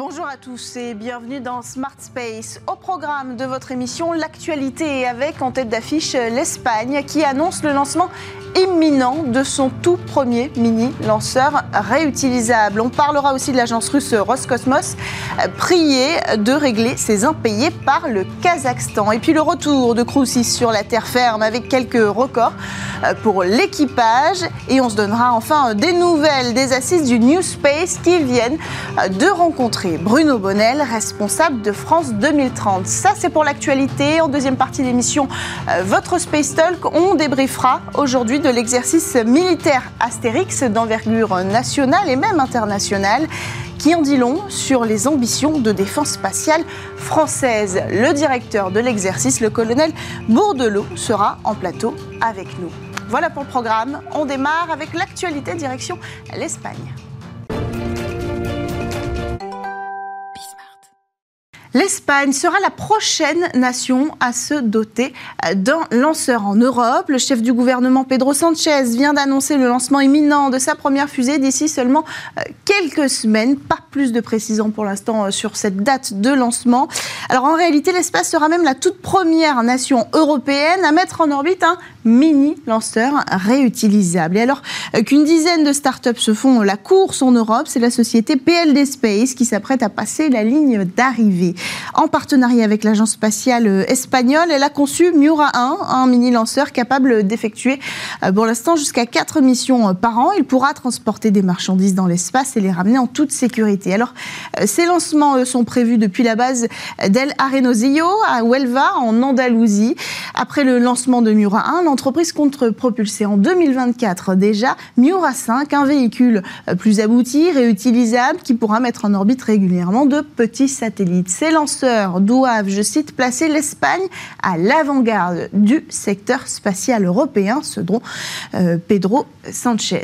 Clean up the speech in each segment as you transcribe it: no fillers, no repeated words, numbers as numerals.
Bonjour à tous et bienvenue dans Smart Space. Au programme de votre émission, l'actualité avec en tête d'affiche l'Espagne qui annonce le lancement imminent de son tout premier mini-lanceur réutilisable. On parlera aussi de l'agence russe Roscosmos, priée de régler ses impayés par le Kazakhstan. Et puis le retour de Crew 6 sur la terre ferme avec quelques records pour l'équipage. Et on se donnera enfin des nouvelles des assises du New Space qui viennent de rencontrer Bruno Bonnel, responsable de France 2030. Ça, c'est pour l'actualité. En deuxième partie d'émission, votre Space Talk, on débriefera aujourd'hui de l'exercice militaire Astérix d'envergure nationale et même internationale qui en dit long sur les ambitions de défense spatiale française. Le directeur de l'exercice, le colonel Bourdelot, sera en plateau avec nous. Voilà pour le programme. On démarre avec l'actualité direction l'Espagne. L'Espagne sera la prochaine nation à se doter d'un lanceur en Europe. Le chef du gouvernement Pedro Sánchez vient d'annoncer le lancement imminent de sa première fusée d'ici seulement quelques semaines. Pas plus de précisions pour l'instant sur cette date de lancement. Alors en réalité, l'Espagne sera même la toute première nation européenne à mettre en orbite un mini-lanceur réutilisable. Et alors qu'une dizaine de startups se font la course en Europe, c'est la société PLD Space qui s'apprête à passer la ligne d'arrivée. En partenariat avec l'agence spatiale espagnole, elle a conçu Miura 1, un mini-lanceur capable d'effectuer pour l'instant jusqu'à 4 missions par an. Il pourra transporter des marchandises dans l'espace et les ramener en toute sécurité. Alors, ces lancements sont prévus depuis la base d'El Arenocillo à Huelva, en Andalousie. Après le lancement de Miura 1, l'entreprise compte propulser en 2024 déjà Miura 5, un véhicule plus abouti, réutilisable, qui pourra mettre en orbite régulièrement de petits satellites. Ces lanceurs doivent, je cite, placer l'Espagne à l'avant-garde du secteur spatial européen, ce dont Pedro Sánchez.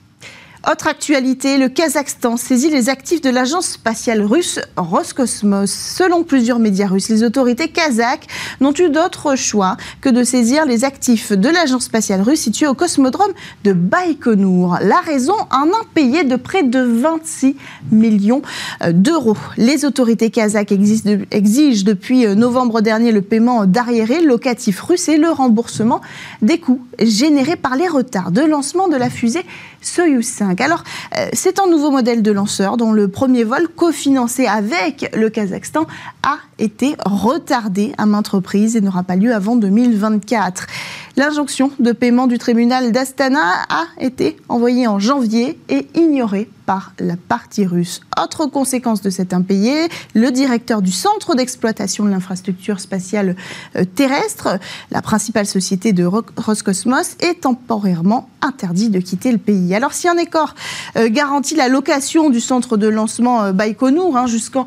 Autre actualité, le Kazakhstan saisit les actifs de l'agence spatiale russe Roscosmos. Selon plusieurs médias russes, les autorités kazakhes n'ont eu d'autre choix que de saisir les actifs de l'agence spatiale russe située au cosmodrome de Baïkonour. La raison, un impayé de près de 26 millions d'euros. Les autorités kazakhes exigent depuis novembre dernier le paiement d'arriérés locatifs russes et le remboursement des coûts générés par les retards de lancement de la fusée Soyouz 5. Alors, c'est un nouveau modèle de lanceur dont le premier vol cofinancé avec le Kazakhstan a été retardé à maintes reprises et n'aura pas lieu avant 2024. L'injonction de paiement du tribunal d'Astana a été envoyée en janvier et ignorée par la partie russe. Autre conséquence de cet impayé, le directeur du centre d'exploitation de l'infrastructure spatiale terrestre, la principale société de Roscosmos, est temporairement interdit de quitter le pays. Alors si un accord garantit la location du centre de lancement Baïkonour jusqu'en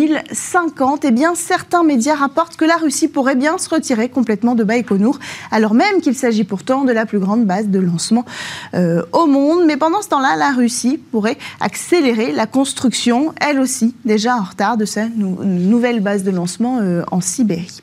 2050, eh bien certains médias rapportent que la Russie pourrait bien se retirer complètement de Baïkonour, alors même qu'il s'agit pourtant de la plus grande base de lancement au monde. Mais pendant ce temps-là, la Russie pourrait accélérer la construction, elle aussi, déjà en retard, de sa nouvelle base de lancement en Sibérie.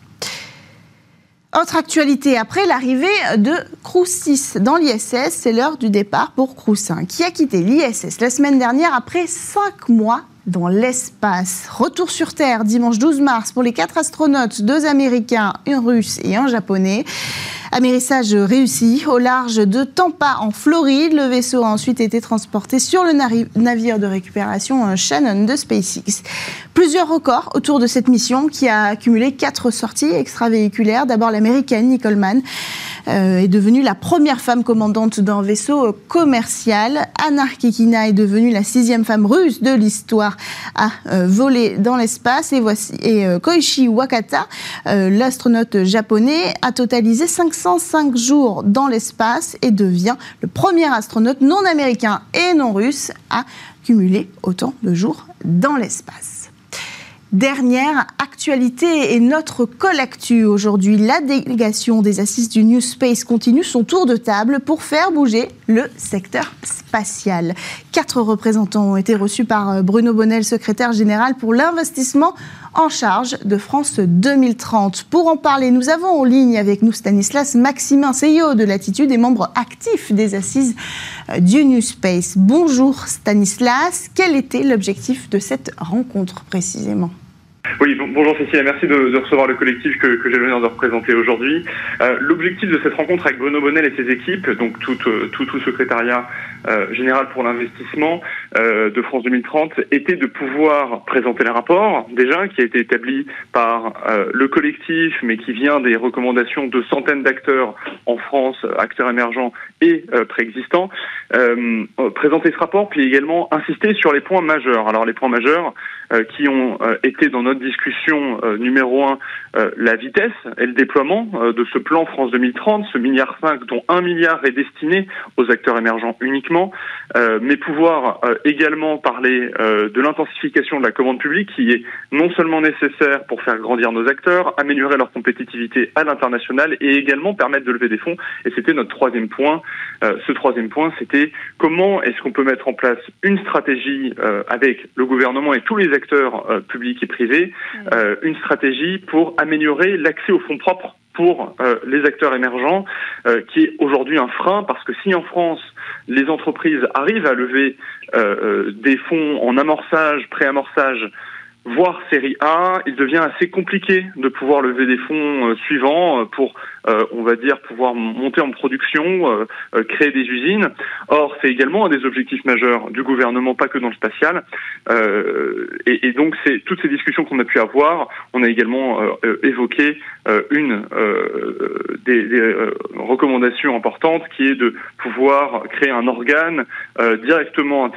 Autre actualité, après l'arrivée de Crew 6 dans l'ISS, c'est l'heure du départ pour Crew 5, qui a quitté l'ISS la semaine dernière après 5 mois dans l'espace. Retour sur Terre dimanche 12 mars pour les 4 astronautes, 2 Américains, un Russe et un Japonais. Amérissage réussi au large de Tampa en Floride. Le vaisseau a ensuite été transporté sur le navire de récupération Shannon de SpaceX. Plusieurs records autour de cette mission qui a accumulé 4 sorties extravéhiculaires. D'abord l'américaine Nicole Mann est devenue la première femme commandante d'un vaisseau commercial. Anna Kikina est devenue la 6e femme russe de l'histoire à voler dans l'espace. Et Koichi Wakata, l'astronaute japonais, a totalisé 505 jours dans l'espace et devient le premier astronaute non américain et non russe à cumuler autant de jours dans l'espace. Dernière actualité et notre colactu aujourd'hui. La délégation des assises du New Space continue son tour de table pour faire bouger le secteur spatial. 4 représentants ont été reçus par Bruno Bonnell, secrétaire général pour l'investissement en charge de France 2030. Pour en parler, nous avons en ligne avec nous Stanislas Maximin, CEO de Latitude et membre actif des assises du New Space. Bonjour Stanislas, quel était l'objectif de cette rencontre précisément ? Oui, bonjour Cécile, merci de recevoir le collectif que j'ai l'honneur de représenter aujourd'hui. L'objectif de cette rencontre avec Bruno Bonnell et ses équipes, donc tout secrétariat général pour l'investissement de France 2030, était de pouvoir présenter le rapport, déjà, qui a été établi par le collectif, mais qui vient des recommandations de centaines d'acteurs en France, acteurs émergents et préexistants, présenter ce rapport, puis également insister sur les points majeurs. Alors les points majeurs qui ont été dans notre discussion numéro 1, la vitesse et le déploiement de ce plan France 2030, ce 1,5 milliard dont 1 milliard est destiné aux acteurs émergents uniquement, mais pouvoir également parler de l'intensification de la commande publique qui est non seulement nécessaire pour faire grandir nos acteurs, améliorer leur compétitivité à l'international et également permettre de lever des fonds. Et c'était notre troisième point. Ce troisième point, c'était comment est-ce qu'on peut mettre en place une stratégie avec le gouvernement et tous les acteurs publics et privés, une stratégie pour améliorer l'accès aux fonds propres pour les acteurs émergents, qui est aujourd'hui un frein, parce que si en France, les entreprises arrivent à lever des fonds en amorçage, pré-amorçage, voire série A, il devient assez compliqué de pouvoir lever des fonds suivants pour, on va dire, pouvoir monter en production, créer des usines. Or, c'est également un des objectifs majeurs du gouvernement, pas que dans le spatial. Et donc, c'est toutes ces discussions qu'on a pu avoir. On a également évoqué une des recommandations importantes, qui est de pouvoir créer un organe directement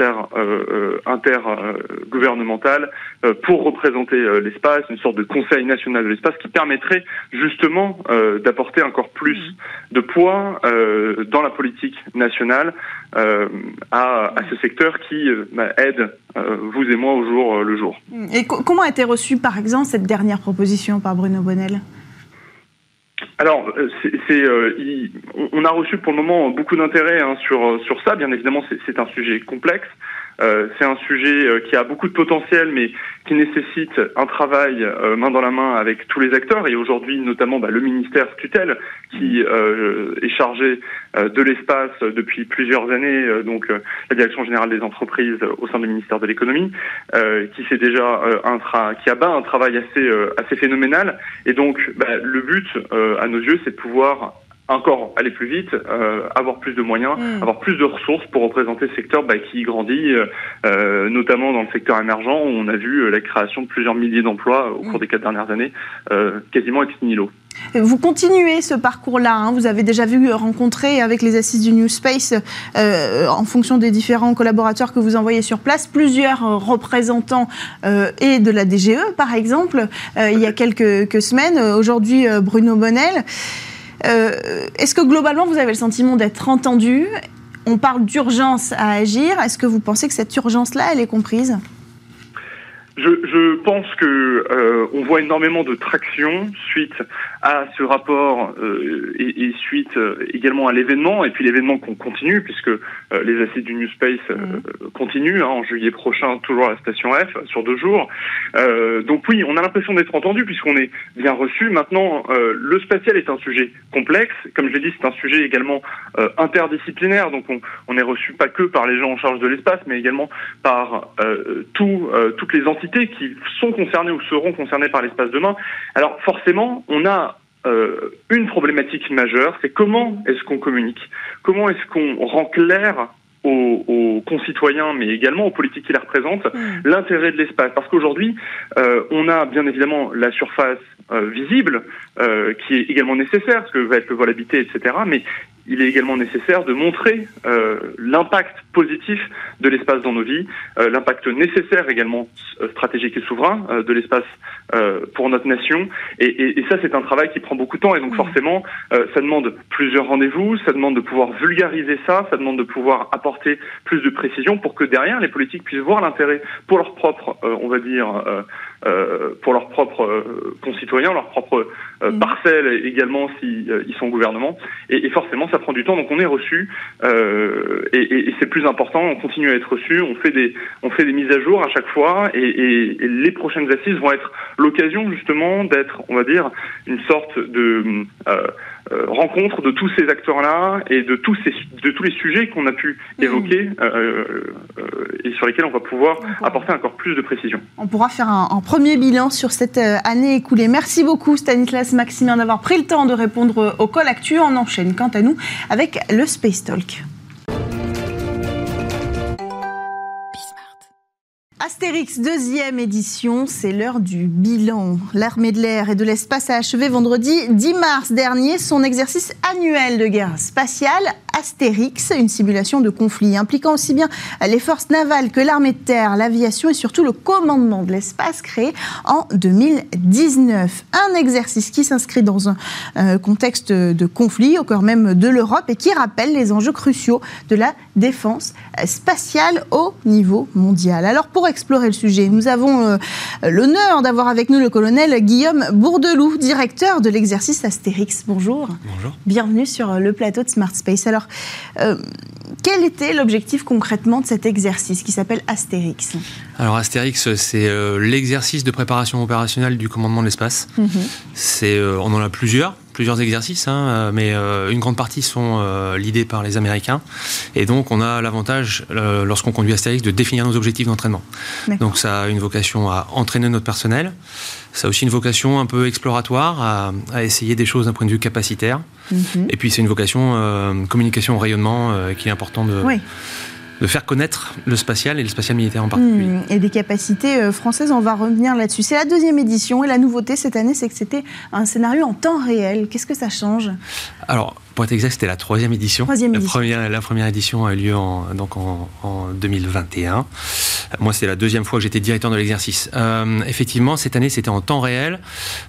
intergouvernemental pour représenter l'espace, une sorte de conseil national de l'espace qui permettrait justement d'apporter encore plus de poids dans la politique nationale à ce secteur qui aide vous et moi au jour le jour. Et comment a été reçue par exemple cette dernière proposition par Bruno Bonnell ? Alors, on a reçu pour le moment beaucoup d'intérêt sur ça. Bien évidemment, c'est un sujet complexe. C'est un sujet qui a beaucoup de potentiel, mais qui nécessite un travail main dans la main avec tous les acteurs. Et aujourd'hui, notamment le ministère tutelle, qui est chargé de l'espace depuis plusieurs années, donc la Direction générale des entreprises au sein du ministère de l'économie, qui abat un travail assez phénoménal. Et donc, le but, à nos yeux, c'est de pouvoir encore aller plus vite, avoir plus de moyens, avoir plus de ressources pour représenter ce secteur qui grandit, notamment dans le secteur émergent, où on a vu la création de plusieurs milliers d'emplois au cours des 4 dernières années, quasiment ex nihilo. Vous continuez ce parcours-là, vous avez déjà vu rencontrer avec les assises du New Space, en fonction des différents collaborateurs que vous envoyez sur place, plusieurs représentants et de la DGE par exemple, il y a quelques semaines, aujourd'hui Bruno Bonnell. Est-ce que globalement vous avez le sentiment d'être entendu ? On parle d'urgence à agir. Est-ce que vous pensez que cette urgence-là, elle est comprise ? Je pense que on voit énormément de traction suite à ce rapport et suite également à l'événement, et puis l'événement qu'on continue, puisque les assises du New Space continuent en juillet prochain, toujours à la station F, sur 2 jours. Donc oui, on a l'impression d'être entendu puisqu'on est bien reçu. Maintenant, le spatial est un sujet complexe. Comme je l'ai dit, c'est un sujet également interdisciplinaire. Donc on est reçu pas que par les gens en charge de l'espace, mais également par toutes les entités qui sont concernées ou seront concernées par l'espace demain. Alors forcément, on a une problématique majeure, c'est comment est-ce qu'on communique ? Comment est-ce qu'on rend clair aux concitoyens, mais également aux politiques qui les représentent, l'intérêt de l'espace. Parce qu'aujourd'hui, on a bien évidemment la surface visible, qui est également nécessaire, parce que va être le vol habité, etc. Mais il est également nécessaire de montrer l'impact positif de l'espace dans nos vies, l'impact nécessaire également stratégique et souverain de l'espace pour notre nation. Et ça, c'est un travail qui prend beaucoup de temps. Et donc forcément, ça demande plusieurs rendez-vous, ça demande de pouvoir vulgariser ça demande de pouvoir apporter plus de précision pour que derrière, les politiques puissent voir l'intérêt pour leur propre, on va dire, pour leurs propres concitoyens, leurs propres parcelles également ils sont au gouvernement. Et forcément, ça prend du temps. Donc on est reçu et c'est plus important. On continue à être reçu. On fait des mises à jour à chaque fois. Et les prochaines assises vont être l'occasion justement d'être, on va dire, une sorte de rencontre de tous ces acteurs-là et de tous les sujets qu'on a pu évoquer et sur lesquels on va pouvoir apporter encore plus de précision. On pourra faire un premier bilan sur cette année écoulée. Merci beaucoup Stanislas Maximin d'avoir pris le temps de répondre au Call Actu. On enchaîne quant à nous avec le Space Talk. Astérix, 2e édition, c'est l'heure du bilan. L'armée de l'air et de l'espace a achevé vendredi 10 mars dernier son exercice annuel de guerre spatiale Astérix, une simulation de conflit impliquant aussi bien les forces navales que l'armée de terre, l'aviation et surtout le commandement de l'espace créé en 2019. Un exercice qui s'inscrit dans un contexte de conflit au cœur même de l'Europe et qui rappelle les enjeux cruciaux de la défense spatiale au niveau mondial. Alors pour explorer le sujet, nous avons l'honneur d'avoir avec nous le colonel Guillaume Bourdeloup, directeur de l'exercice Astérix. Bonjour. Bonjour. Bienvenue sur le plateau de Smart Space. Alors, quel était l'objectif concrètement de cet exercice qui s'appelle Astérix ? Alors Astérix, c'est l'exercice de préparation opérationnelle du commandement de l'espace. On en a plusieurs exercices, mais une grande partie sont l'idée par les Américains. Et donc, on a l'avantage, lorsqu'on conduit Astérix, de définir nos objectifs d'entraînement. D'accord. Donc, ça a une vocation à entraîner notre personnel. Ça a aussi une vocation un peu exploratoire, à essayer des choses d'un point de vue capacitaire. Et puis, c'est une vocation communication au rayonnement qui est important de faire connaître le spatial et le spatial militaire en particulier. Et des capacités françaises, on va revenir là-dessus. C'est la 2e édition et la nouveauté cette année, c'est que c'était un scénario en temps réel. Qu'est-ce que ça change ? Alors, pour être exact, c'était la 3e édition. La première édition a eu lieu en 2021. Moi, c'est la 2e fois que j'étais directeur de l'exercice. Effectivement, cette année, c'était en temps réel.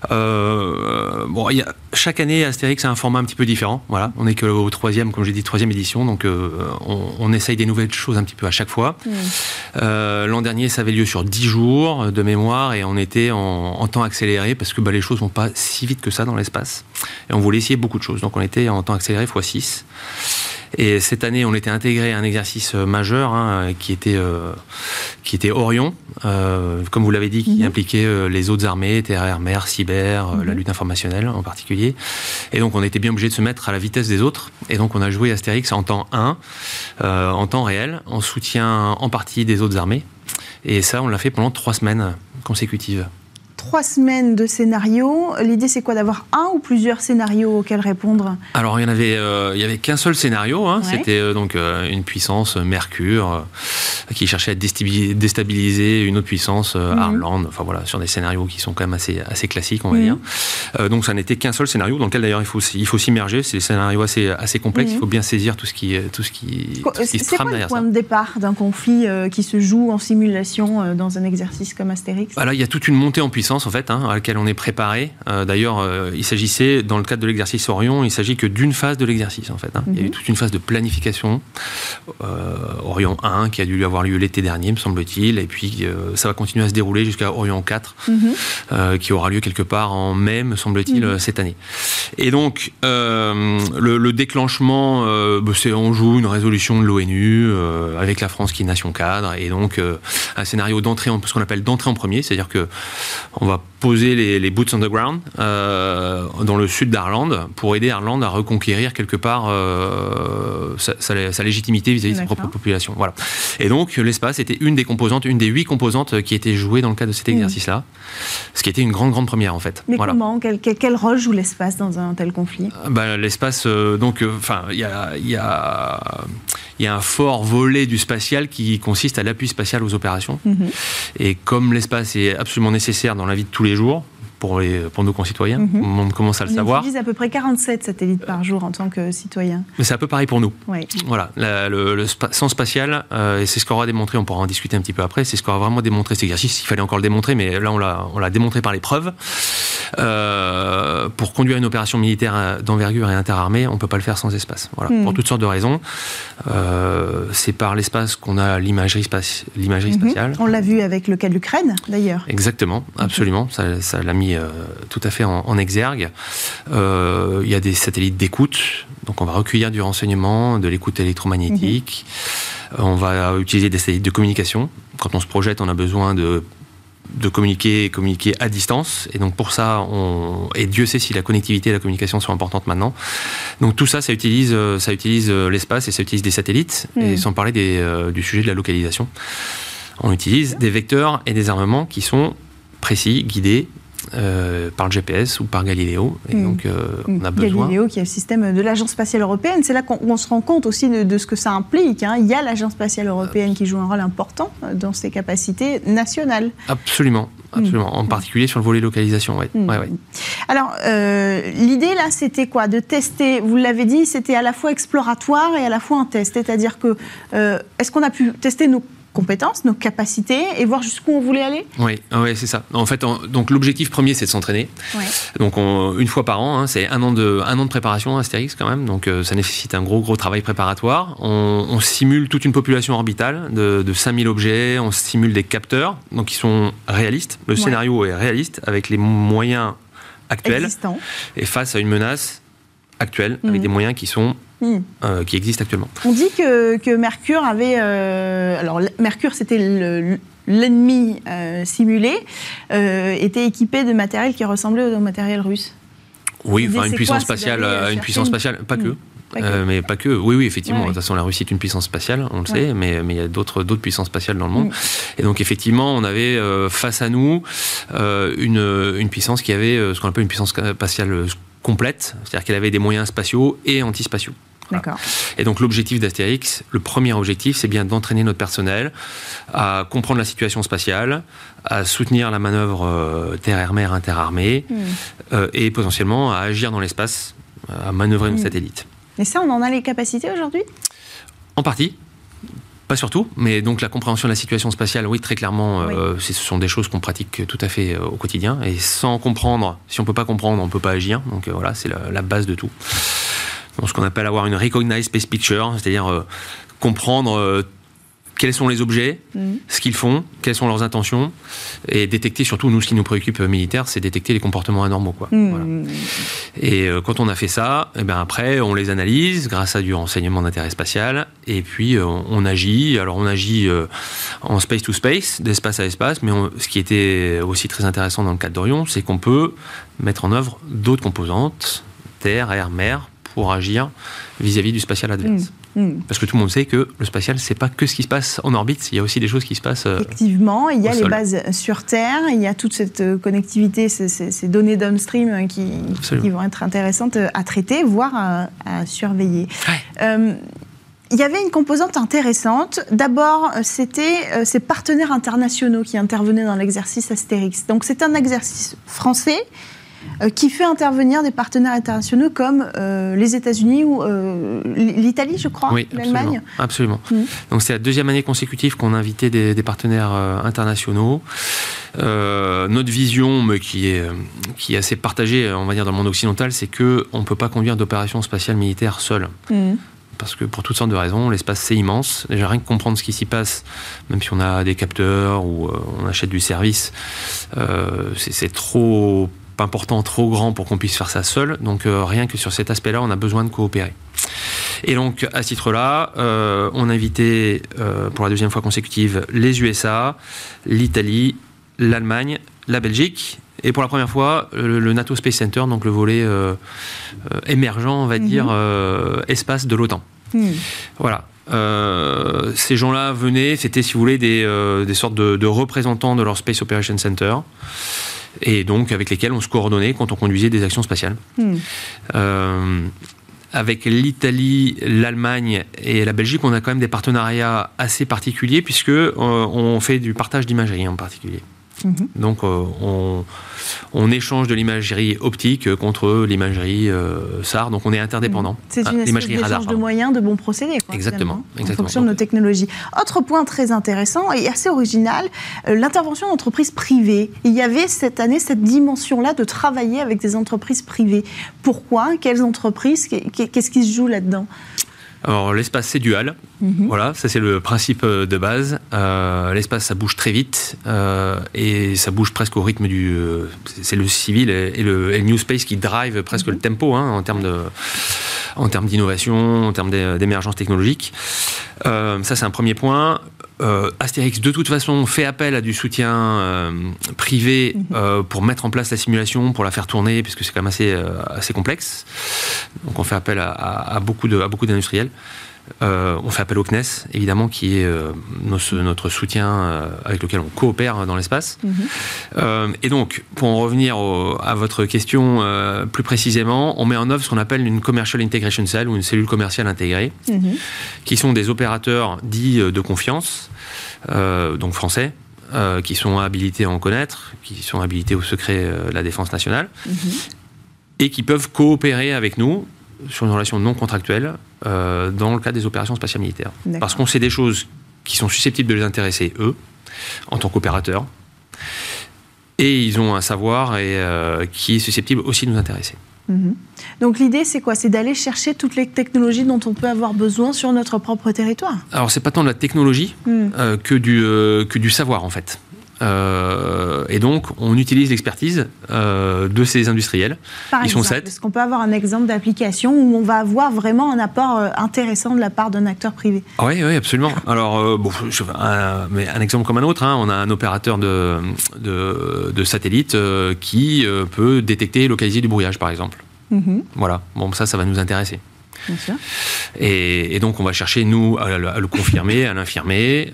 Chaque année, Astérix a un format un petit peu différent. Voilà, on n'est qu'au 3e, comme j'ai dit, 3e édition. Donc, on essaye des nouvelles choses un petit peu à chaque fois. L'an dernier, ça avait lieu sur 10 jours de mémoire et on était en temps accéléré parce que les choses ne vont pas si vite que ça dans l'espace. Et on voulait essayer beaucoup de choses. Donc, on était en temps accéléré x6. Et cette année, on était intégré à un exercice majeur qui était Orion, comme vous l'avez dit, qui impliquait les autres armées, terre, air, mer, cyber, la lutte informationnelle en particulier. Et donc, on était bien obligé de se mettre à la vitesse des autres. Et donc, on a joué Astérix en temps 1, en temps réel, en soutien en partie des autres armées. Et ça, on l'a fait pendant 3 semaines consécutives. 3 semaines de scénarios. L'idée, c'est quoi, d'avoir un ou plusieurs scénarios auxquels répondre ? Alors, il y avait qu'un seul scénario. C'était donc une puissance Mercure qui cherchait à déstabiliser une autre puissance Arland. Enfin voilà, sur des scénarios qui sont quand même assez classiques, on va dire. Donc, ça n'était qu'un seul scénario dans lequel d'ailleurs il faut s'immerger. C'est des scénarios assez complexes. Il faut bien saisir tout ce qui se trame derrière ça. C'est quoi le point de départ d'un conflit qui se joue en simulation dans un exercice comme Astérix ? Là, il y a toute une montée en puissance en fait, à laquelle on est préparé. D'ailleurs, il s'agissait, dans le cadre de l'exercice Orion, il s'agit que d'une phase de l'exercice en fait. Il y a eu toute une phase de planification, Orion 1, qui a dû avoir lieu l'été dernier, me semble-t-il, et puis ça va continuer à se dérouler jusqu'à Orion 4, qui aura lieu quelque part en mai, me semble-t-il, cette année. Et donc, le déclenchement, c'est on joue une résolution de l'ONU avec la France qui est nation cadre, et donc un scénario d'entrée, ce qu'on appelle d'entrée en premier, c'est-à-dire que on va poser les boots on the ground dans le sud d'Arland pour aider Arland à reconquérir quelque part sa légitimité vis-à-vis de sa propre population. Voilà. Et donc l'espace était une des 8 composantes qui étaient jouées dans le cadre de cet exercice-là, ce qui était une grande première en fait. Mais comment, quel rôle joue l'espace dans un tel conflit ? L'espace, il y a un fort volet du spatial qui consiste à l'appui spatial aux opérations. Et comme l'espace est absolument nécessaire dans la vie de tous les jours, pour nos concitoyens. On commence à le savoir. On utilise à peu près 47 satellites par jour en tant que citoyen. Mais c'est un peu pareil pour nous. Oui. Voilà, le centre spatial, et c'est ce qu'aura démontré, on pourra en discuter un petit peu après, c'est ce qu'aura vraiment démontré cet exercice. Il fallait encore le démontrer, mais là, on l'a démontré par les preuves. Pour conduire une opération militaire d'envergure et interarmée, on ne peut pas le faire sans espace. Voilà, pour toutes sortes de raisons. C'est par l'espace qu'on a l'imagerie spatiale. On l'a vu avec le cas de l'Ukraine, d'ailleurs. Exactement, absolument. Ça l'a mis tout à fait en exergue. Il y a des satellites d'écoute, donc on va recueillir du renseignement, de l'écoute électromagnétique. On va utiliser des satellites de communication. Quand on se projette, on a besoin de communiquer à distance, et donc pour ça, et Dieu sait si la connectivité et la communication sont importantes maintenant. Donc tout ça, ça utilise l'espace et ça utilise des satellites, et sans parler du sujet de la localisation. On utilise des vecteurs et des armements qui sont précis, guidés par le GPS ou par Galileo, et donc on a besoin... Galileo qui est le système de l'Agence spatiale européenne, c'est là qu'on se rend compte aussi de ce que ça implique. Il y a l'Agence spatiale européenne qui joue un rôle important dans ses capacités nationales. Absolument. En particulier sur le volet localisation. Ouais. Alors, l'idée là, c'était quoi? De tester, vous l'avez dit, c'était à la fois exploratoire et à la fois un test. C'est-à-dire que, est-ce qu'on a pu tester nos compétences, nos capacités, et voir jusqu'où on voulait aller? Oui, c'est ça. En fait, donc l'objectif premier, c'est de s'entraîner. Ouais. Donc une fois par an, c'est un an de préparation Astérix quand même. Donc ça nécessite un gros travail préparatoire. On simule toute une population orbitale de 5000 objets. On simule des capteurs, donc qui sont réalistes. Le scénario est réaliste avec les moyens actuels et face à une menace actuelle avec des moyens qui sont qui existent actuellement. On dit que Mercure avait... alors, Mercure, c'était l'ennemi simulé, était équipé de matériel qui ressemblait au matériel russe. Oui, enfin une puissance spatiale, pas que. Mais pas que. Oui, effectivement. De toute façon, la Russie est une puissance spatiale, on le sait, mais il y a d'autres puissances spatiales dans le monde. Et donc, effectivement, on avait face à nous une puissance qui avait ce qu'on appelle une puissance spatiale complète, c'est-à-dire qu'elle avait des moyens spatiaux et antispatiaux. D'accord. Et donc l'objectif d'Astérix, le premier objectif, c'est bien d'entraîner notre personnel à comprendre la situation spatiale, à soutenir la manœuvre terre-air-mer interarmée et potentiellement à agir dans l'espace, à manœuvrer nos satellites. Et ça, on en a les capacités aujourd'hui ? En partie. Pas surtout, mais donc la compréhension de la situation spatiale, oui, très clairement, ce sont des choses qu'on pratique tout à fait au quotidien. Et sans comprendre, si on ne peut pas comprendre, on ne peut pas agir. Donc voilà, c'est la base de tout. Donc, ce qu'on appelle avoir une recognized space picture, c'est-à-dire comprendre quels sont les objets, ce qu'ils font, quelles sont leurs intentions, et détecter surtout, nous, ce qui nous préoccupe militaire, c'est détecter les comportements anormaux. Voilà. Et quand on a fait ça, et après, on les analyse grâce à du renseignement d'intérêt spatial, et puis on agit. Alors on agit en space to space, d'espace à espace, mais ce qui était aussi très intéressant dans le cadre d'Orion, c'est qu'on peut mettre en œuvre d'autres composantes, terre, air, mer, pour agir vis-à-vis du spatial adverse. Parce que tout le monde sait que le spatial, c'est pas que ce qui se passe en orbite, il y a aussi des choses qui se passent effectivement, il y a les bases sur Terre, il y a toute cette connectivité, ces données downstream qui vont être intéressantes à traiter, voire à surveiller. Il y avait une composante intéressante. D'abord, c'était ces partenaires internationaux qui intervenaient dans l'exercice Astérix. Donc c'est un exercice français qui fait intervenir des partenaires internationaux comme les États-Unis ou l'Italie, je crois, l'Allemagne. Absolument. Donc c'est la deuxième année consécutive qu'on a invité des partenaires internationaux. Notre vision, mais qui est assez partagée, on va dire, dans le monde occidental, c'est qu'on ne peut pas conduire d'opérations spatiales militaires seul. Parce que pour toutes sortes de raisons, l'espace c'est immense. Déjà rien que comprendre ce qui s'y passe, même si on a des capteurs ou on achète du service, c'est trop important, trop grand pour qu'on puisse faire ça seul. Donc rien que sur cet aspect-là, on a besoin de coopérer. Et donc à ce titre-là, on a invité pour la deuxième fois consécutive les USA, l'Italie, l'Allemagne, la Belgique. Et pour la première fois, le NATO Space Center, donc le volet émergent, on va dire, espace de l'OTAN. Voilà. Ces gens-là venaient, c'était, si vous voulez, des sortes de représentants de leur Space Operations Center, et donc avec lesquels on se coordonnait quand on conduisait des actions spatiales. Avec l'Italie, l'Allemagne et la Belgique, on a quand même des partenariats assez particuliers, puisque on fait du partage d'imagerie en particulier. Donc on échange de l'imagerie optique contre l'imagerie SAR, donc on est interdépendants. C'est une espèce d'échange de moyens, de bons procédés. Exactement. En fonction de nos technologies. Autre point très intéressant et assez original, l'intervention d'entreprises privées. Il y avait cette année cette dimension-là de travailler avec des entreprises privées. Pourquoi ? Quelles entreprises ? Qu'est-ce qui se joue là-dedans ? Alors l'espace c'est dual, voilà, ça c'est le principe de base. L'espace ça bouge très vite et ça bouge presque au rythme c'est le civil et le New Space qui drive presque le tempo en termes d'innovation, en termes d'émergence technologique. Ça c'est un premier point. Astérix, de toute façon, fait appel à du soutien privé pour mettre en place la simulation, pour la faire tourner, puisque c'est quand même assez complexe. Donc on fait appel à beaucoup d'industriels. On fait appel au CNES, évidemment, qui est notre soutien avec lequel on coopère dans l'espace. Et donc, pour en revenir à votre question plus précisément, on met en œuvre ce qu'on appelle une Commercial Integration Cell, ou une cellule commerciale intégrée, qui sont des opérateurs dits de confiance, donc français, qui sont habilités à en connaître, qui sont habilités au secret de la défense nationale, et qui peuvent coopérer avec nous sur une relation non contractuelle dans le cadre des opérations spatiales militaires. Parce qu'on sait des choses qui sont susceptibles de les intéresser, eux, en tant qu'opérateurs, et ils ont un savoir qui est susceptible aussi de nous intéresser. Donc l'idée, c'est quoi ? C'est d'aller chercher toutes les technologies dont on peut avoir besoin sur notre propre territoire. Alors, c'est pas tant de la technologie que du savoir, en fait. Et donc, on utilise l'expertise de ces industriels. Par exemple, 7. Est-ce qu'on peut avoir un exemple d'application où on va avoir vraiment un apport intéressant de la part d'un acteur privé ? Oui, absolument. Alors, mais un exemple comme un autre, on a un opérateur de satellite qui peut détecter et localiser du brouillage, par exemple. Voilà, ça va nous intéresser. Bien sûr. Et donc, on va chercher, nous, à le confirmer, à l'infirmer,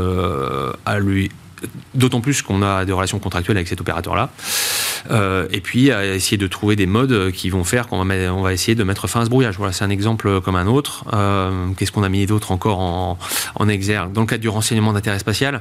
à lui... D'autant plus qu'on a des relations contractuelles avec cet opérateur-là. Et puis, à essayer de trouver des modes qui vont faire qu'on va essayer de mettre fin à ce brouillage. Voilà, c'est un exemple comme un autre. Qu'est-ce qu'on a mis d'autre encore en exergue ? Dans le cadre du renseignement d'intérêt spatial,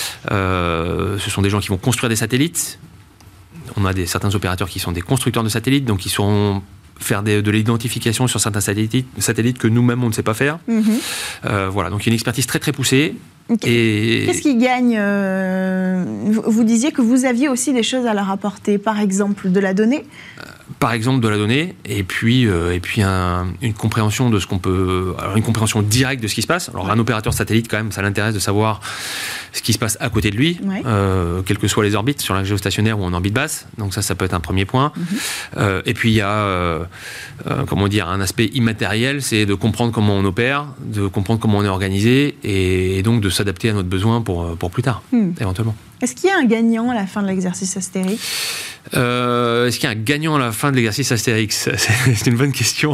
ce sont des gens qui vont construire des satellites. On a certains opérateurs qui sont des constructeurs de satellites, donc qui sauront faire de l'identification sur certains satellites que nous-mêmes, on ne sait pas faire. Voilà, donc il y a une expertise très, très poussée. Qu'est-ce qui gagne ? Vous disiez que vous aviez aussi des choses à leur apporter, par exemple de la donnée. Par exemple de la donnée, et puis une compréhension de ce qu'on peut... Alors une compréhension directe de ce qui se passe. Alors un opérateur satellite, quand même, ça l'intéresse de savoir ce qui se passe à côté de lui, quelles que soient les orbites, sur la géostationnaire ou en orbite basse. Donc ça peut être un premier point. Et puis il y a, un aspect immatériel, c'est de comprendre comment on opère, de comprendre comment on est organisé, et donc de s'adapter à notre besoin pour plus tard, éventuellement. Est-ce qu'il y a un gagnant à la fin de l'exercice Astérix ? Est-ce qu'il y a un gagnant à la fin de l'exercice Astérix ? C'est une bonne question.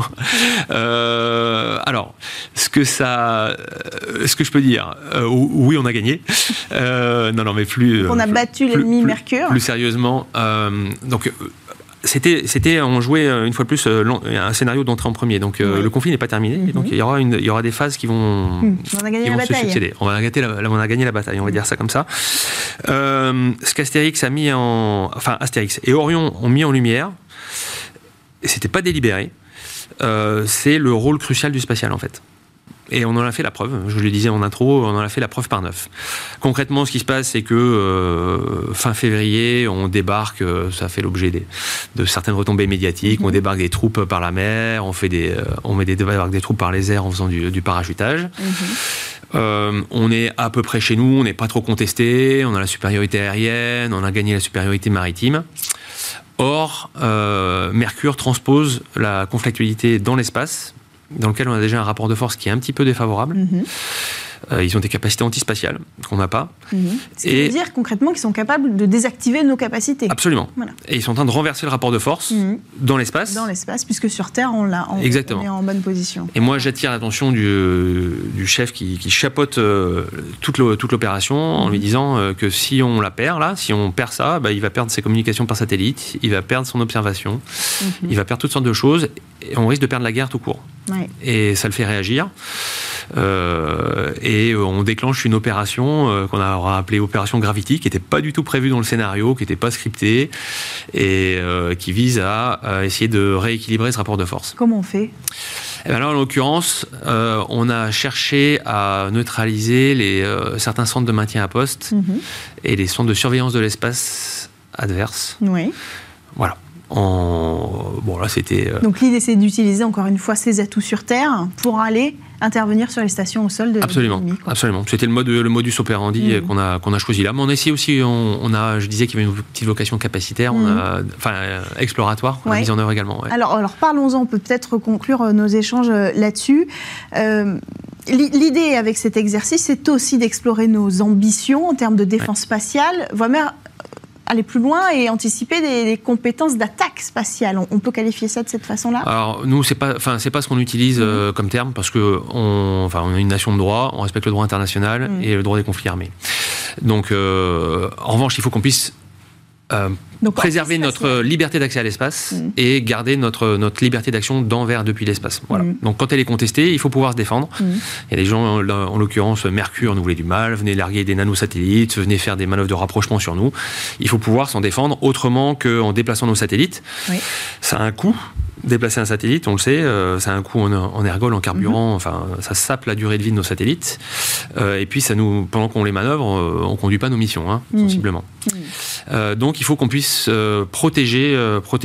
Alors, ce que je peux dire, oui, on a gagné. Non, mais plus... On a battu l'ennemi Mercure. Plus sérieusement, on jouait une fois de plus un scénario d'entrée en premier. Donc le conflit n'est pas terminé. Et donc il y aura des phases qui vont, on a gagné la bataille. Se succéder. On a gagné la bataille, on va dire ça comme ça. Ce qu'Astérix Astérix et Orion ont mis en lumière, et c'était pas délibéré, c'est le rôle crucial du spatial en fait. Et on en a fait la preuve, je le disais en intro, on en a fait la preuve par 9. Concrètement, ce qui se passe, c'est que fin février, on débarque, ça fait l'objet de certaines retombées médiatiques, on débarque des troupes par la mer, on débarque des troupes par les airs en faisant du parachutage. On est à peu près chez nous, on n'est pas trop contesté, on a la supériorité aérienne, on a gagné la supériorité maritime. Or, Mercure transpose la conflictualité dans l'espace, dans lequel on a déjà un rapport de force qui est un petit peu défavorable. Ils ont des capacités antispatiales qu'on n'a pas. Ce qui veut dire concrètement qu'ils sont capables de désactiver nos capacités. Absolument. Voilà. Et ils sont en train de renverser le rapport de force dans l'espace. Dans l'espace, puisque sur Terre, on est en bonne position. Et moi, j'attire l'attention du chef qui chapeaute toute l'opération en lui disant que si on la perd, si on perd ça, il va perdre ses communications par satellite, il va perdre son observation, il va perdre toutes sortes de choses, et on risque de perdre la guerre tout court. Et ça le fait réagir. et on déclenche une opération qu'on aura appelée Opération Gravity, qui n'était pas du tout prévue dans le scénario, qui n'était pas scriptée, et qui vise à essayer de rééquilibrer ce rapport de force. Comment on fait ? Alors, en l'occurrence, on a cherché à neutraliser certains centres de maintien à poste et les centres de surveillance de l'espace adverse. Oui. Voilà. Bon, là, c'était... Donc, l'idée, c'est d'utiliser, encore une fois, ces atouts sur Terre pour aller intervenir sur les stations au sol de l'ennemi. Absolument. C'était le modus operandi qu'on a choisi là. Mais on a essayé aussi, je disais qu'il y avait une petite vocation capacitaire, exploratoire, qu'on a mise en œuvre également. Ouais. Alors, parlons-en, on peut peut-être conclure nos échanges là-dessus. L'idée avec cet exercice, c'est aussi d'explorer nos ambitions en termes de défense spatiale, voire même aller plus loin et anticiper des compétences d'attaque spatiale. On peut qualifier ça de cette façon-là ? Alors, nous, c'est pas ce qu'on utilise comme terme, parce qu'on est une nation de droit, on respecte le droit international et le droit des conflits armés. Donc, en revanche, il faut qu'on puisse préserver notre liberté d'accès à l'espace et garder notre liberté d'action depuis l'espace. Voilà. Donc quand elle est contestée, il faut pouvoir se défendre. Il y a des gens, en l'occurrence Mercure nous voulait du mal, venez larguer des nanosatellites, venez faire des manœuvres de rapprochement sur nous. Il faut pouvoir s'en défendre autrement qu'en déplaçant nos satellites. Ça a un coût. Déplacer un satellite, on le sait, ça a un coût en ergol, en carburant, ça sape la durée de vie de nos satellites. Et puis, pendant qu'on les manœuvre, on ne conduit pas nos missions, sensiblement. Donc, il faut qu'on puisse protéger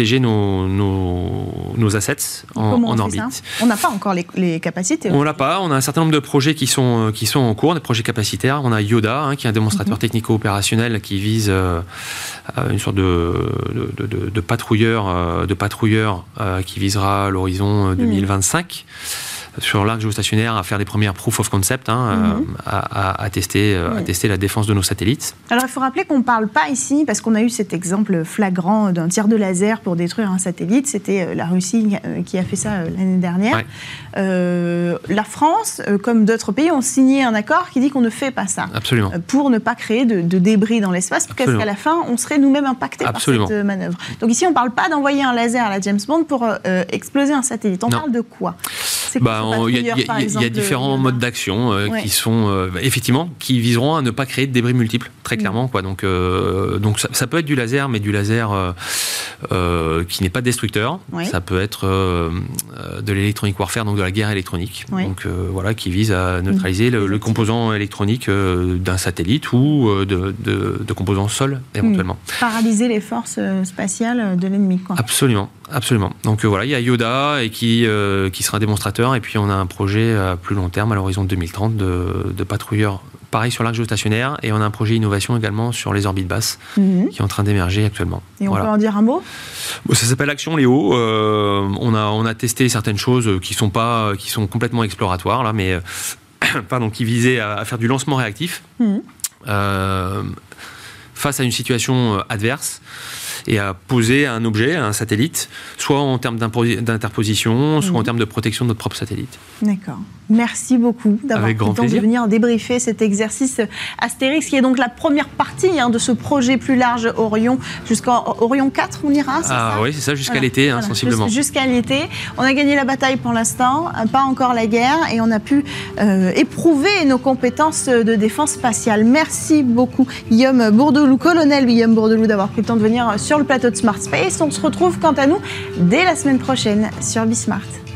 nos assets en orbite. On n'a pas encore les capacités. On l'a pas. On a un certain nombre de projets qui sont en cours, des projets capacitaires. On a Yoda, qui est un démonstrateur technico-opérationnel qui vise une sorte de patrouilleur qui visera l'horizon 2025 sur l'arc géostationnaire, à faire des premières proof of concept, à tester la défense de nos satellites. Alors il faut rappeler qu'on ne parle pas ici, parce qu'on a eu cet exemple flagrant d'un tir de laser pour détruire un satellite, c'était la Russie qui a fait ça l'année dernière. La France, comme d'autres pays, ont signé un accord qui dit qu'on ne fait pas ça. Absolument. Pour ne pas créer de débris dans l'espace, parce qu'à la fin, on serait nous-mêmes impactés par cette manœuvre. Donc ici, on ne parle pas d'envoyer un laser à la James Bond pour exploser un satellite. On parle de quoi ? Il y a différents modes d'action qui sont effectivement qui viseront à ne pas créer de débris multiples, très clairement. Donc ça peut être du laser, mais du laser qui n'est pas destructeur. Ça peut être de l'électronique warfare, donc de la guerre électronique. Donc qui vise à neutraliser le composant électronique d'un satellite ou de composants sol éventuellement. Paralyser les forces spatiales de l'ennemi. Absolument. Donc il y a Yoda et qui sera un démonstrateur, et puis on a un projet à plus long terme à l'horizon 2030 de patrouilleurs pareil sur l'arc géostationnaire, et on a un projet innovation également sur les orbites basses qui est en train d'émerger actuellement. Et on peut en dire un mot ? Ça s'appelle Action Léo. On a testé certaines choses qui sont complètement exploratoires là, mais qui visaient à faire du lancement réactif face à une situation adverse, et à poser un objet, un satellite, soit en termes d'interposition, soit en termes de protection de notre propre satellite. D'accord. Merci beaucoup d'avoir pris le temps de venir débriefer cet exercice Astérix, qui est donc la première partie de ce projet plus large Orion, jusqu'à Orion 4, on ira, c'est ça ? Oui, c'est ça, jusqu'à l'été, sensiblement. Jusqu'à l'été. On a gagné la bataille pour l'instant, pas encore la guerre, et on a pu éprouver nos compétences de défense spatiale. Merci beaucoup, Guillaume Bourdelou, colonel Guillaume Bourdelou, d'avoir pris le temps de venir sur le plateau de Smart Space. On se retrouve quant à nous dès la semaine prochaine sur Bismart.